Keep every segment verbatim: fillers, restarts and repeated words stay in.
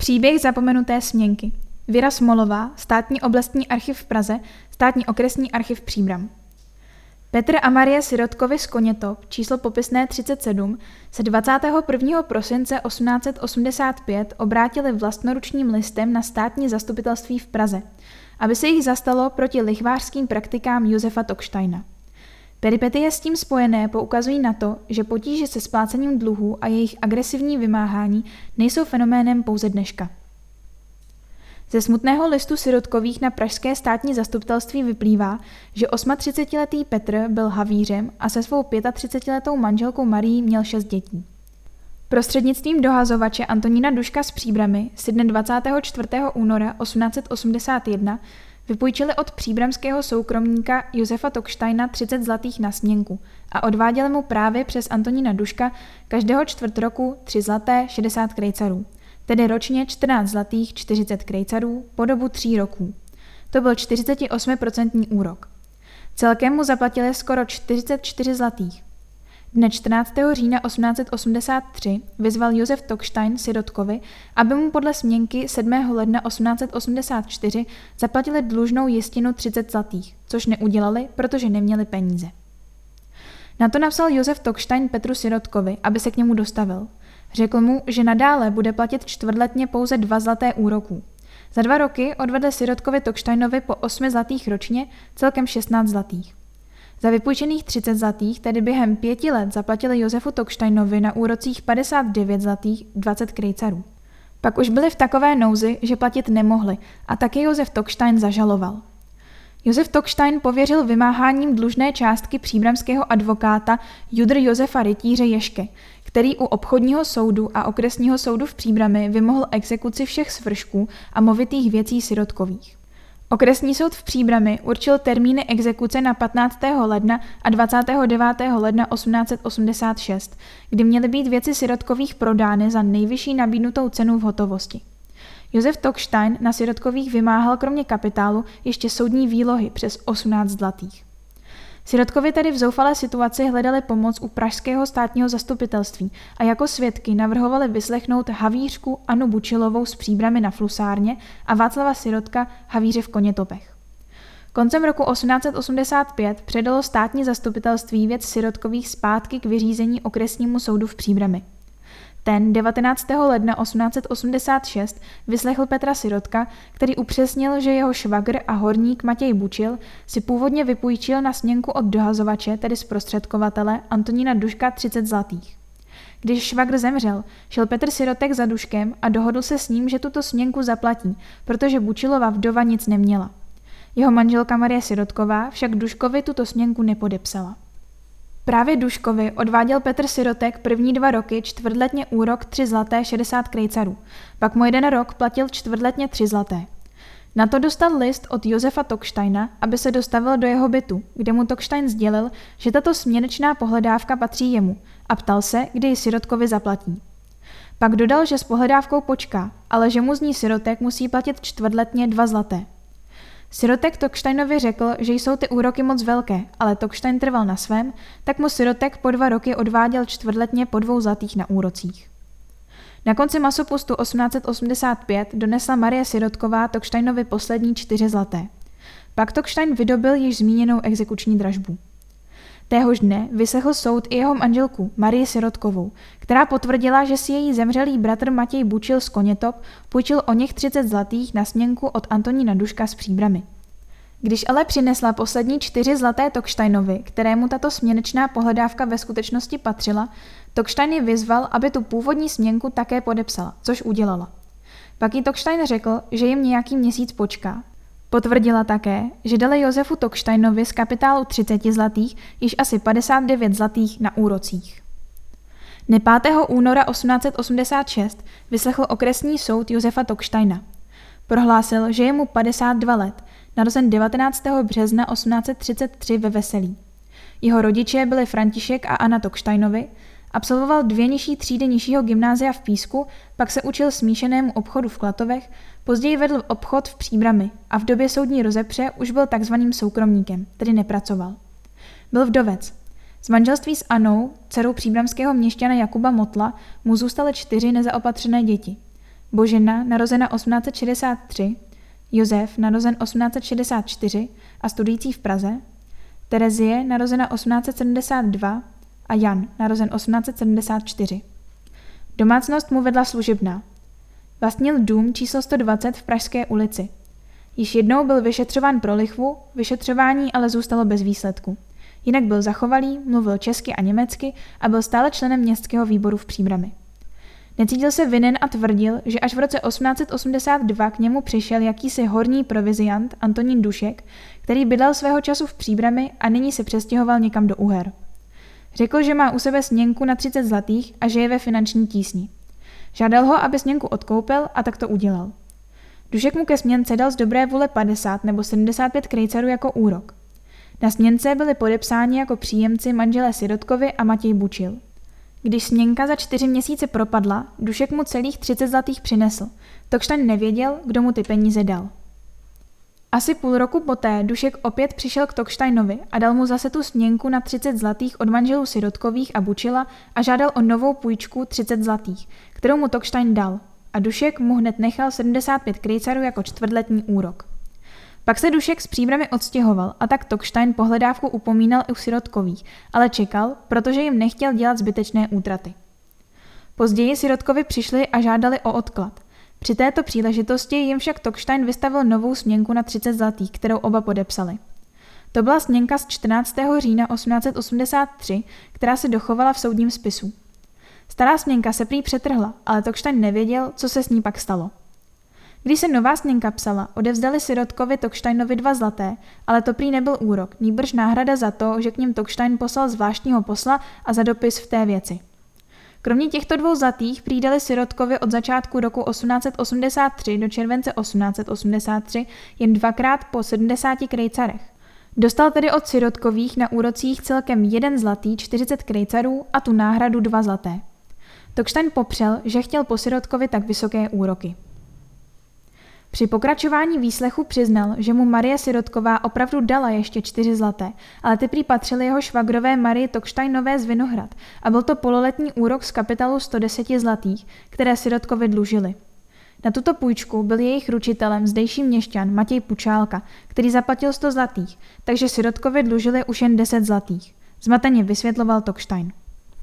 Příběh zapomenuté směnky. Věra Smolová, Státní oblastní archiv v Praze, Státní okresní archiv Příbram. Petr a Marie Sirotkovi z Konětop, číslo popisné třicet sedm, se dvacátého prvního prosince osmnáct set osmdesát pět obrátili vlastnoručním listem na státní zastupitelství v Praze, aby se jich zastalo proti lichvářským praktikám Josefa Tocksteina. Peripetie s tím spojené poukazují na to, že potíže se splácením dluhů a jejich agresivní vymáhání nejsou fenoménem pouze dneška. Ze smutného listu Sirotkových na pražské státní zastupitelství vyplývá, že třicetiosmiletý Petr byl havířem a se svou třicetipětiletou manželkou Marií měl šest dětí. Prostřednictvím dohazovače Antonína Duška z Příbrami si dne dvacátého čtvrtého února osmnáct set osmdesát jedna vypůjčili od příbramského soukromníka Josefa Tocksteina třicet zlatých na směnku a odváděli mu právě přes Antonína Duška každého čtvrt roku tři zlaté šedesát krejcarů, tedy ročně čtrnáct zlatých čtyřicet krejcarů po dobu tří roků. To byl čtyřicetiosmiprocentní úrok. Celkem mu zaplatili skoro čtyřicet čtyři zlatých. Dne čtrnáctého října osmnáct set osmdesát tři vyzval Josef Tockstein Sirotkovi, aby mu podle směnky sedmého ledna osmnáct set osmdesát čtyři zaplatili dlužnou jistinu třicet zlatých, což neudělali, protože neměli peníze. Na to napsal Josef Tockstein Petru Sirotkovi, aby se k němu dostavil. Řekl mu, že nadále bude platit čtvrtletně pouze dva zlaté úroků. Za dva roky odvedl Sirotkovi Tocksteinovi po osmi zlatých ročně celkem šestnáct zlatých. Za vypůjčených třicet zlatých, tedy během pěti let, zaplatili Josefu Tocksteinovi na úrocích padesát devět zlatých dvacet krejcarů. Pak už byli v takové nouzi, že platit nemohli, a taky Josef Tockstein zažaloval. Josef Tockstein pověřil vymáháním dlužné částky příbramského advokáta Judr Josefa Rytíře Ješke, který u obchodního soudu a okresního soudu v Příbrami vymohl exekuci všech svršků a movitých věcí Sirotkových. Okresní soud v Příbrami určil termíny exekuce na patnáctého ledna a dvacátého devátého ledna osmnáct set osmdesát šest, kdy měly být věci Sirotkových prodány za nejvyšší nabídnutou cenu v hotovosti. Josef Tockstein na Sirotkových vymáhal kromě kapitálu ještě soudní výlohy přes osmnáct zlatých. Sirotkovi tedy v zoufalé situaci hledali pomoc u pražského státního zastupitelství a jako svědky navrhovali vyslechnout havířku Anu Bučilovou z Příbrami na Flusárně a Václava Sirotka, havíře v Konětopech. Koncem roku osmnáct set osmdesát pět předalo státní zastupitelství věc Sirotkových zpátky k vyřízení okresnímu soudu v Příbrami. Ten devatenáctého ledna osmnáct set osmdesát šest vyslechl Petra Sirotka, který upřesnil, že jeho švagr a horník Matěj Bučil si původně vypůjčil na směnku od dohazovače, tedy zprostředkovatele Antonína Duška třicet zlatých. Když švagr zemřel, šel Petr Sirotek za Duškem a dohodl se s ním, že tuto směnku zaplatí, protože Bučilova vdova nic neměla. Jeho manželka Marie Sirotková však Duškovi tuto směnku nepodepsala. Právě Duškovi odváděl Petr Sirotek první dva roky čtvrtletně úrok tři zlaté šedesát krejcarů, pak mu jeden rok platil čtvrtletně tři zlaté. Na to dostal list od Josefa Tocksteina, aby se dostavil do jeho bytu, kde mu Tockstein sdělil, že tato směnečná pohledávka patří jemu a ptal se, kdy ji Sirotkovi zaplatí. Pak dodal, že s pohledávkou počká, ale že mu z ní Sirotek musí platit čtvrtletně dva zlaté. Sirotek Tocksteinovi řekl, že jsou ty úroky moc velké, ale Tockstein trval na svém, tak mu Sirotek po dva roky odváděl čtvrtletně po dvou zlatých na úrocích. Na konci masopustu osmnáct set osmdesát pět donesla Marie Sirotková Tocksteinovi poslední čtyři zlaté. Pak Tockstein vydobil již zmíněnou exekuční dražbu. Téhož dne vyslechl soud i jeho manželku Marii Sirotkovou, která potvrdila, že si její zemřelý bratr Matěj Bučil z Konětop půjčil o něch třicet zlatých na směnku od Antonína Duška z Příbrami. Když ale přinesla poslední čtyři zlaté Tocksteinovi, kterému tato směnečná pohledávka ve skutečnosti patřila, Tockstein ji vyzval, aby tu původní směnku také podepsala, což udělala. Pak jí Tockstein řekl, že jim nějaký měsíc počká. Potvrdila také, že dali Josefu Tocksteinovi z kapitálu třicet zlatých již asi padesát devět zlatých na úrocích. Dne pátého února osmnáct set osmdesát šest vyslechl okresní soud Josefa Tocksteina. Prohlásil, že je mu padesát dva let, narozen devatenáctého března osmnáct set třicet tři ve Veselí. Jeho rodiče byli František a Anna Tocksteinovi, absolvoval dvě nižší třídy nižšího gymnázia v Písku, pak se učil smíšenému obchodu v Klatovech, později vedl obchod v Příbrami a v době soudní rozepře už byl takzvaným soukromníkem, tedy nepracoval. Byl vdovec. Z manželství s Anou, dcerou příbramského měšťana Jakuba Motla, mu zůstaly čtyři nezaopatřené děti. Božena, narozena osmnáct set šedesát tři, Josef, narozen osmnáct set šedesát čtyři a studující v Praze, Terezie, narozena osmnáct set sedmdesát dva a Jan, narozen osmnáct set sedmdesát čtyři. Domácnost mu vedla služebná. Vlastnil dům číslo sto dvacet v Pražské ulici. Již jednou byl vyšetřován pro lichvu, vyšetřování ale zůstalo bez výsledku. Jinak byl zachovalý, mluvil česky a německy a byl stále členem městského výboru v Příbrami. Necítil se vinen a tvrdil, že až v roce osmnáct set osmdesát dva k němu přišel jakýsi horní proviziant Antonín Dušek, který bydlel svého času v Příbrami a nyní se přestěhoval někam do Uher. Řekl, že má u sebe směnku na třicet zlatých a že je ve finanční tísni. Žádal ho, aby směnku odkoupil a tak to udělal. Dušek mu ke směnce dal z dobré vůle padesát nebo sedmdesát pět krejcarů jako úrok. Na směnce byli podepsáni jako příjemci manželé Sirotkovi a Matěj Bučil. Když směnka za čtyři měsíce propadla, Dušek mu celých třicet zlatých přinesl. Tokštaň nevěděl, kdo mu ty peníze dal. Asi půl roku poté Dušek opět přišel k Tokštajnovi a dal mu zase tu směnku na třicet zlatých od manželů Sirotkových a Bučila a žádal o novou půjčku třicet zlatých, kterou mu Tokštajn dal. A Dušek mu hned nechal sedmdesát pět krejcarů jako čtvrtletní úrok. Pak se Dušek s Příbrami odstěhoval a tak Tokštajn pohledávku upomínal i u Sirotkových, ale čekal, protože jim nechtěl dělat zbytečné útraty. Později Sirotkovi přišli a žádali o odklad. Při této příležitosti jim však Tokštajn vystavil novou směnku na třicet zlatých, kterou oba podepsali. To byla směnka z čtrnáctého října osmnáct set osmdesát tři, která se dochovala v soudním spisu. Stará směnka se prý přetrhla, ale Tokštajn nevěděl, co se s ní pak stalo. Když se nová směnka psala, odevzdali Sirotkovi Tokštajnovi dva zlaté, ale to prý nebyl úrok, nýbrž náhrada za to, že k nim Tokštajn poslal zvláštního posla a za dopis v té věci. Kromě těchto dvou zlatých prý dali Sirotkovi od začátku roku osmnáct set osmdesát tři do července osmnáct set osmdesát tři jen dvakrát po sedmdesáti krejcarech. Dostal tedy od Sirotkových na úrocích celkem jeden zlatý, čtyřicet krejcarů a tu náhradu dva zlaté. Tokštajn popřel, že chtěl po Sirotkovi tak vysoké úroky. Při pokračování výslechu přiznal, že mu Marie Sirotková opravdu dala ještě čtyři zlaté, ale ty prý patřily jeho švagrové Marii Tokštajnové z Vinohrad a byl to pololetní úrok z kapitálu sto deset zlatých, které Sirotkovi dlužili. Na tuto půjčku byl jejich ručitelem zdejší měšťan Matěj Pučálka, který zaplatil sto zlatých, takže Sirotkovi dlužili už jen deset zlatých. Zmateně vysvětloval Tokštajn.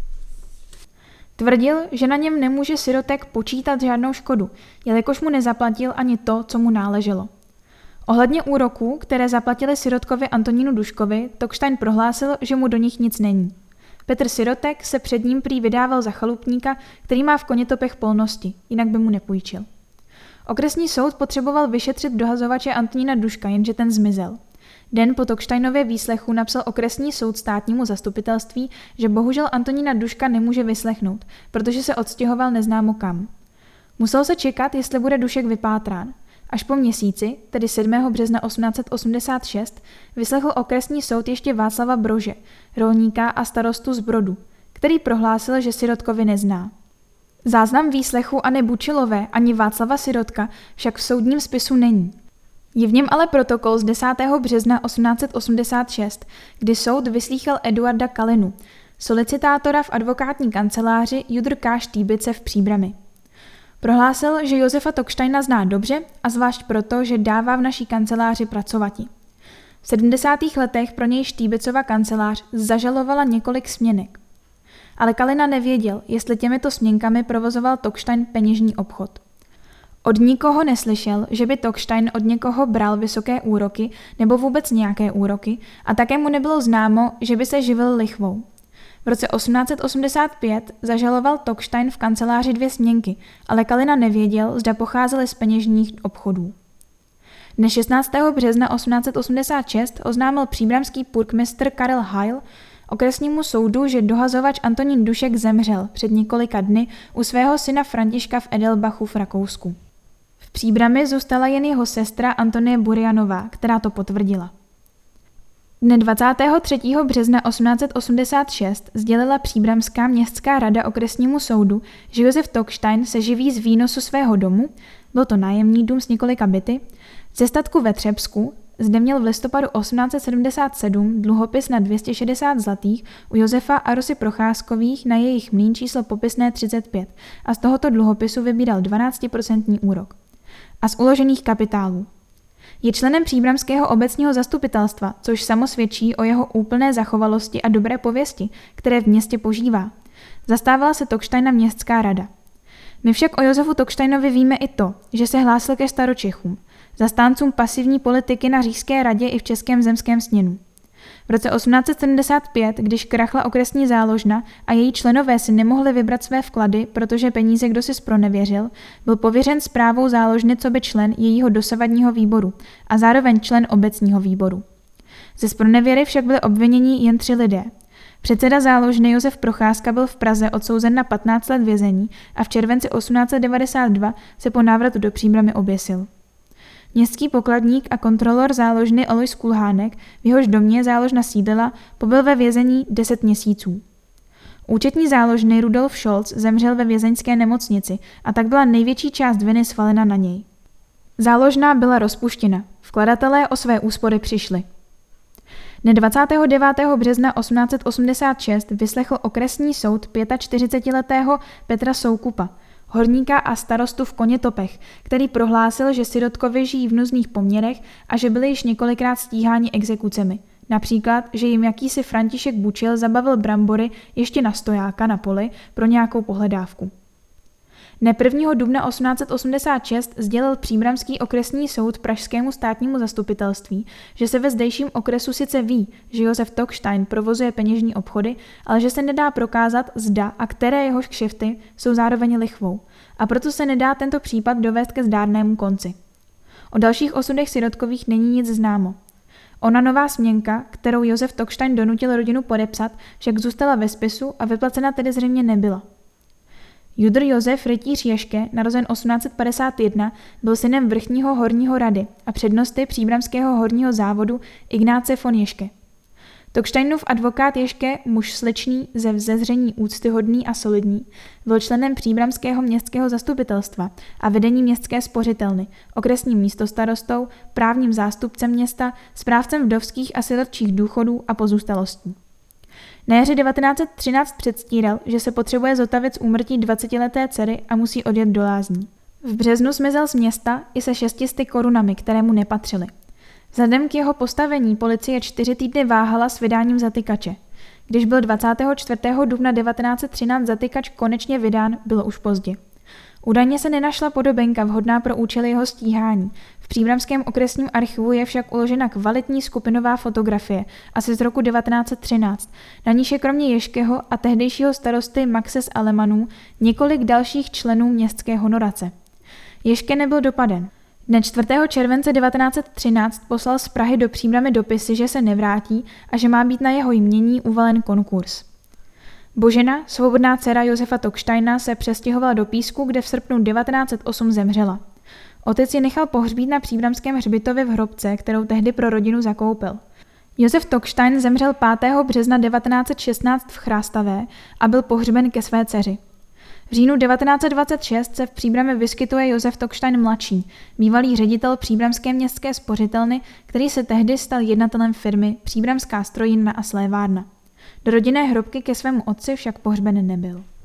Tvrdil, že na něm nemůže Sirotek počítat žádnou škodu, jelikož mu nezaplatil ani to, co mu náleželo. Ohledně úroků, které zaplatili Sirotkovi Antonínu Duškovi, Tokštajn prohlásil, že mu do nich nic není. Petr Sirotek se před ním prý vydával za chalupníka, který má v Konětopech polnosti, jinak by mu nepůjčil. Okresní soud potřeboval vyšetřit dohazovače Antonína Duška, jenže ten zmizel. Den po Tokštajnově výslechu napsal okresní soud státnímu zastupitelství, že bohužel Antonína Duška nemůže vyslechnout, protože se odstěhoval neznámo kam. Musel se čekat, jestli bude Dušek vypátrán. Až po měsíci, tedy sedmého března osmnáct set osmdesát šest, vyslechl okresní soud ještě Václava Brože, rolníka a starostu z Brodu, který prohlásil, že Sirotkovi nezná. Záznam výslechu Anny Bučilové ani Václava Sirotka však v soudním spisu není. Je v něm ale protokol z desátého března osmnáct set osmdesát šest, kdy soud vyslýchal Eduarda Kalinu, solicitátora v advokátní kanceláři Judr K. Štýbice v Příbrami. Prohlásil, že Josefa Tokštajna zná dobře a zvlášť proto, že dává v naší kanceláři pracovati. V sedmdesátých letech pro něj Štýbicova kancelář zažalovala několik směnek. Ale Kalina nevěděl, jestli těmito směnkami provozoval Tokštajn peněžní obchod. Od nikoho neslyšel, že by Tokštajn od někoho bral vysoké úroky nebo vůbec nějaké úroky a také mu nebylo známo, že by se živil lichvou. V roce osmnáct set osmdesát pět zažaloval Tokštajn v kanceláři dvě směnky, ale Kalina nevěděl, zda pocházely z peněžních obchodů. Dne šestnáctého března osmnáct set osmdesát šest oznámil příbramský purkmistr Karel Heil okresnímu soudu, že dohazovač Antonín Dušek zemřel před několika dny u svého syna Františka v Edelbachu v Rakousku. V Příbrami zůstala jen jeho sestra Antonie Burianová, která to potvrdila. Dne dvacátého třetího března osmnáct set osmdesát šest sdělila Příbramská městská rada okresnímu soudu, že Josef Tokštajn se živí z výnosu svého domu, byl to nájemní dům s několika byty, ze statku ve Třebsku, zde měl v listopadu osmnáct set sedmdesát sedm dluhopis na dvě stě šedesát zlatých u Josefa a Rosy Procházkových na jejich mlýn číslo popisné třicet pět a z tohoto dluhopisu vybíral dvanáctiprocentní úrok. A z uložených kapitálů. Je členem příbramského obecního zastupitelstva, což samo svědčí o jeho úplné zachovalosti a dobré pověsti, které v městě požívá. Zastávala se Tokštajna městská rada. My však o Josefu Tokštajnovi víme i to, že se hlásil ke staročechům, zastáncům pasivní politiky na Říšské radě i v Českém zemském sněmu. V roce osmnáct set sedmdesát pět, když krachla okresní záložna a její členové si nemohli vybrat své vklady, protože peníze kdo si zpronevěřil, byl pověřen správou záložny coby člen jejího dosavadního výboru a zároveň člen obecního výboru. Ze zpronevěry však byli obviněni jen tři lidé. Předseda záložny Josef Procházka byl v Praze odsouzen na patnáct let vězení a v červenci osmnáct set devadesát dva se po návratu do Příbrami oběsil. Městský pokladník a kontrolor záložny Alois Kulhánek, v jehož domě záložna sídlila, pobyl ve vězení deset měsíců. Účetní záložny Rudolf Scholz zemřel ve vězeňské nemocnici a tak byla největší část viny svalena na něj. Záložna byla rozpuštěna, vkladatelé o své úspory přišli. Dne dvacátého devátého března osmnáct set osmdesát šest vyslechl okresní soud čtyřicetiletého Petra Soukupa, horníka a starostu v Konětopech, který prohlásil, že sirotkovi žijí v nuzných poměrech a že byli již několikrát stíháni exekucemi. Například, že jim jakýsi František Bučil zabavil brambory ještě na stojáka na poli pro nějakou pohledávku. Dne prvního dubna osmnáct set osmdesát šest sdělil Příbramský okresní soud pražskému státnímu zastupitelství, že se ve zdejším okresu sice ví, že Josef Tokštajn provozuje peněžní obchody, ale že se nedá prokázat, zda a které jehož kšefty jsou zároveň lichvou, a proto se nedá tento případ dovést ke zdárnému konci. O dalších osudech sirotkových není nic známo. Ona nová směnka, kterou Josef Tokštajn donutil rodinu podepsat, však zůstala ve spisu a vyplacena tedy zřejmě nebyla. Judr Josef Rytíř Ješke, narozen osmnáct set padesát jedna, byl synem vrchního horního rady a přednosty příbramského horního závodu Ignáce von Ješke. Tokštajnův advokát Ješke, muž sličný, ze vzezření úctyhodný a solidní, byl členem příbramského městského zastupitelstva a vedení městské spořitelny, okresním místostarostou, právním zástupcem města, správcem vdovských a sirotčích důchodů a pozůstalostí. Na jaře devatenáct set třináct předstíral, že se potřebuje zotavit z úmrtí dvacetileté dcery a musí odjet do lázní. V březnu zmizel z města i se šestisty korunami, které mu nepatřily. Vzhledem k jeho postavení policie čtyři týdny váhala s vydáním zatykače. Když byl dvacátého čtvrtého dubna devatenáct set třináct zatykač konečně vydán, bylo už pozdě. Údajně se nenašla podobenka vhodná pro účely jeho stíhání. V Příbramském okresním archivu je však uložena kvalitní skupinová fotografie, asi z roku devatenáct set třináct. Na níž je kromě Ješkeho a tehdejšího starosty Maxe z Alemanů několik dalších členů městské honorace. Ješke nebyl dopaden. Dne čtvrtého července devatenáct set třináct poslal z Prahy do Příbrami dopisy, že se nevrátí a že má být na jeho jmění uvalen konkurs. Božena, svobodná dcera Josefa Tokštajna, se přestěhovala do Písku, kde v srpnu devatenáct set osm zemřela. Otec ji nechal pohřbít na příbramském hřbitově v hrobce, kterou tehdy pro rodinu zakoupil. Josef Tokštajn zemřel pátého března devatenáct set šestnáct v Chrástavé a byl pohřben ke své dceři. V říjnu devatenáct set dvacet šest se v Příbrami vyskytuje Josef Tokštajn mladší, bývalý ředitel Příbramské městské spořitelny, který se tehdy stal jednatelem firmy Příbramská strojírna a slévárna. Do rodinné hrobky ke svému otci však pohřben nebyl.